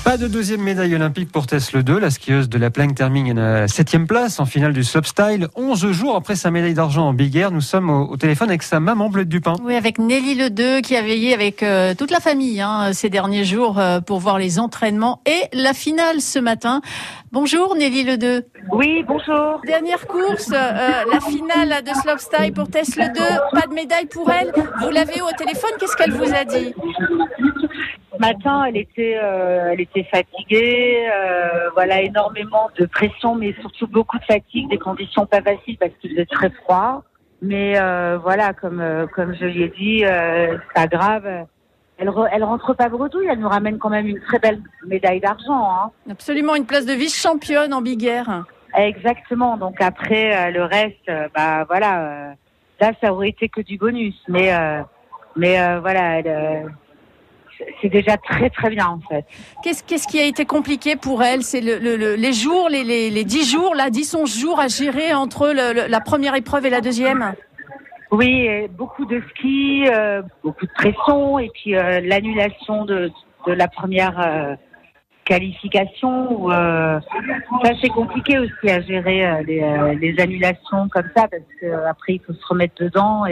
Pas de deuxième médaille olympique pour Tess Le Deux. La skieuse de la Plagne termine à la 7e place en finale du slopestyle. 11 jours après sa médaille d'argent en Big Air, nous sommes au téléphone avec sa maman Bleuette Dupin. Oui, avec Nelly Le Deux qui a veillé avec toute la famille ces derniers jours pour voir les entraînements et la finale ce matin. Bonjour Nelly Le Deux. Oui, bonjour. Dernière course, la finale de slopestyle pour Tess Le Deux. Pas de médaille pour elle. Vous l'avez eu au téléphone, qu'est-ce qu'elle vous a dit ? Ce matin, elle était fatiguée, voilà, énormément de pression, mais surtout beaucoup de fatigue, des conditions pas faciles parce qu'il faisait très froid. Mais voilà, comme je lui ai dit, c'est pas grave. Elle rentre pas bredouille, elle nous ramène quand même une très belle médaille d'argent. Hein. Absolument, une place de vice-championne en Big Air. Exactement. Donc après le reste, voilà, là ça aurait été que du bonus. Mais voilà. C'est déjà très très bien en fait. Qu'est-ce qui a été compliqué pour elle ? C'est les jours, les 10 jours, là, 10-11 jours à gérer entre la première épreuve et la deuxième ? Oui, beaucoup de ski, beaucoup de pression et puis l'annulation de la première qualification. Ça c'est compliqué aussi à gérer les annulations comme ça parce que après il faut se remettre dedans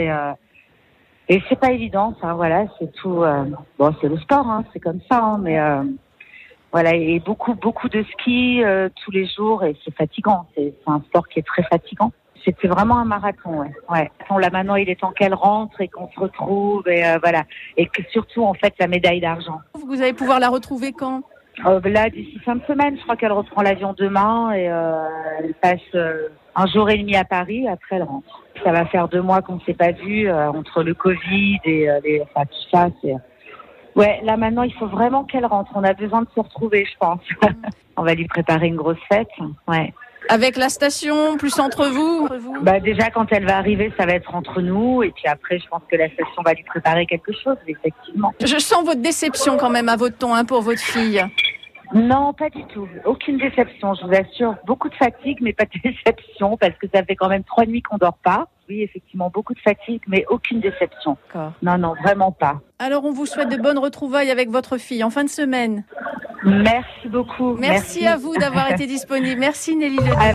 et c'est pas évident, ça, voilà, c'est tout. Bon, c'est le sport, hein, c'est comme ça, hein, mais voilà, et beaucoup de ski tous les jours, et c'est fatigant. C'est un sport qui est très fatigant. C'était vraiment un marathon, ouais. Là maintenant, il est temps qu'elle rentre et qu'on se retrouve, et voilà, et que surtout, en fait, la médaille d'argent. Vous allez pouvoir la retrouver quand ? Là, d'ici fin de semaine, je crois qu'elle reprend l'avion demain et elle passe un jour et demi à Paris. Après, elle rentre. Ça va faire 2 mois qu'on ne s'est pas vu entre le Covid et tout ça. Ouais, là maintenant, il faut vraiment qu'elle rentre. On a besoin de se retrouver, je pense. On va lui préparer une grosse fête. Ouais. Avec la station, plus entre vous ? Déjà, quand elle va arriver, ça va être entre nous. Et puis après, je pense que la station va lui préparer quelque chose, effectivement. Je sens votre déception quand même à votre ton pour votre fille. Non, pas du tout. Aucune déception, je vous assure. Beaucoup de fatigue, mais pas de déception, parce que ça fait quand même 3 nuits qu'on dort pas. Oui, effectivement, beaucoup de fatigue, mais aucune déception. D'accord. Non, vraiment pas. Alors, on vous souhaite de bonnes retrouvailles avec votre fille en fin de semaine. Merci beaucoup. Merci à vous d'avoir été disponible. Merci Nelly Le Deux.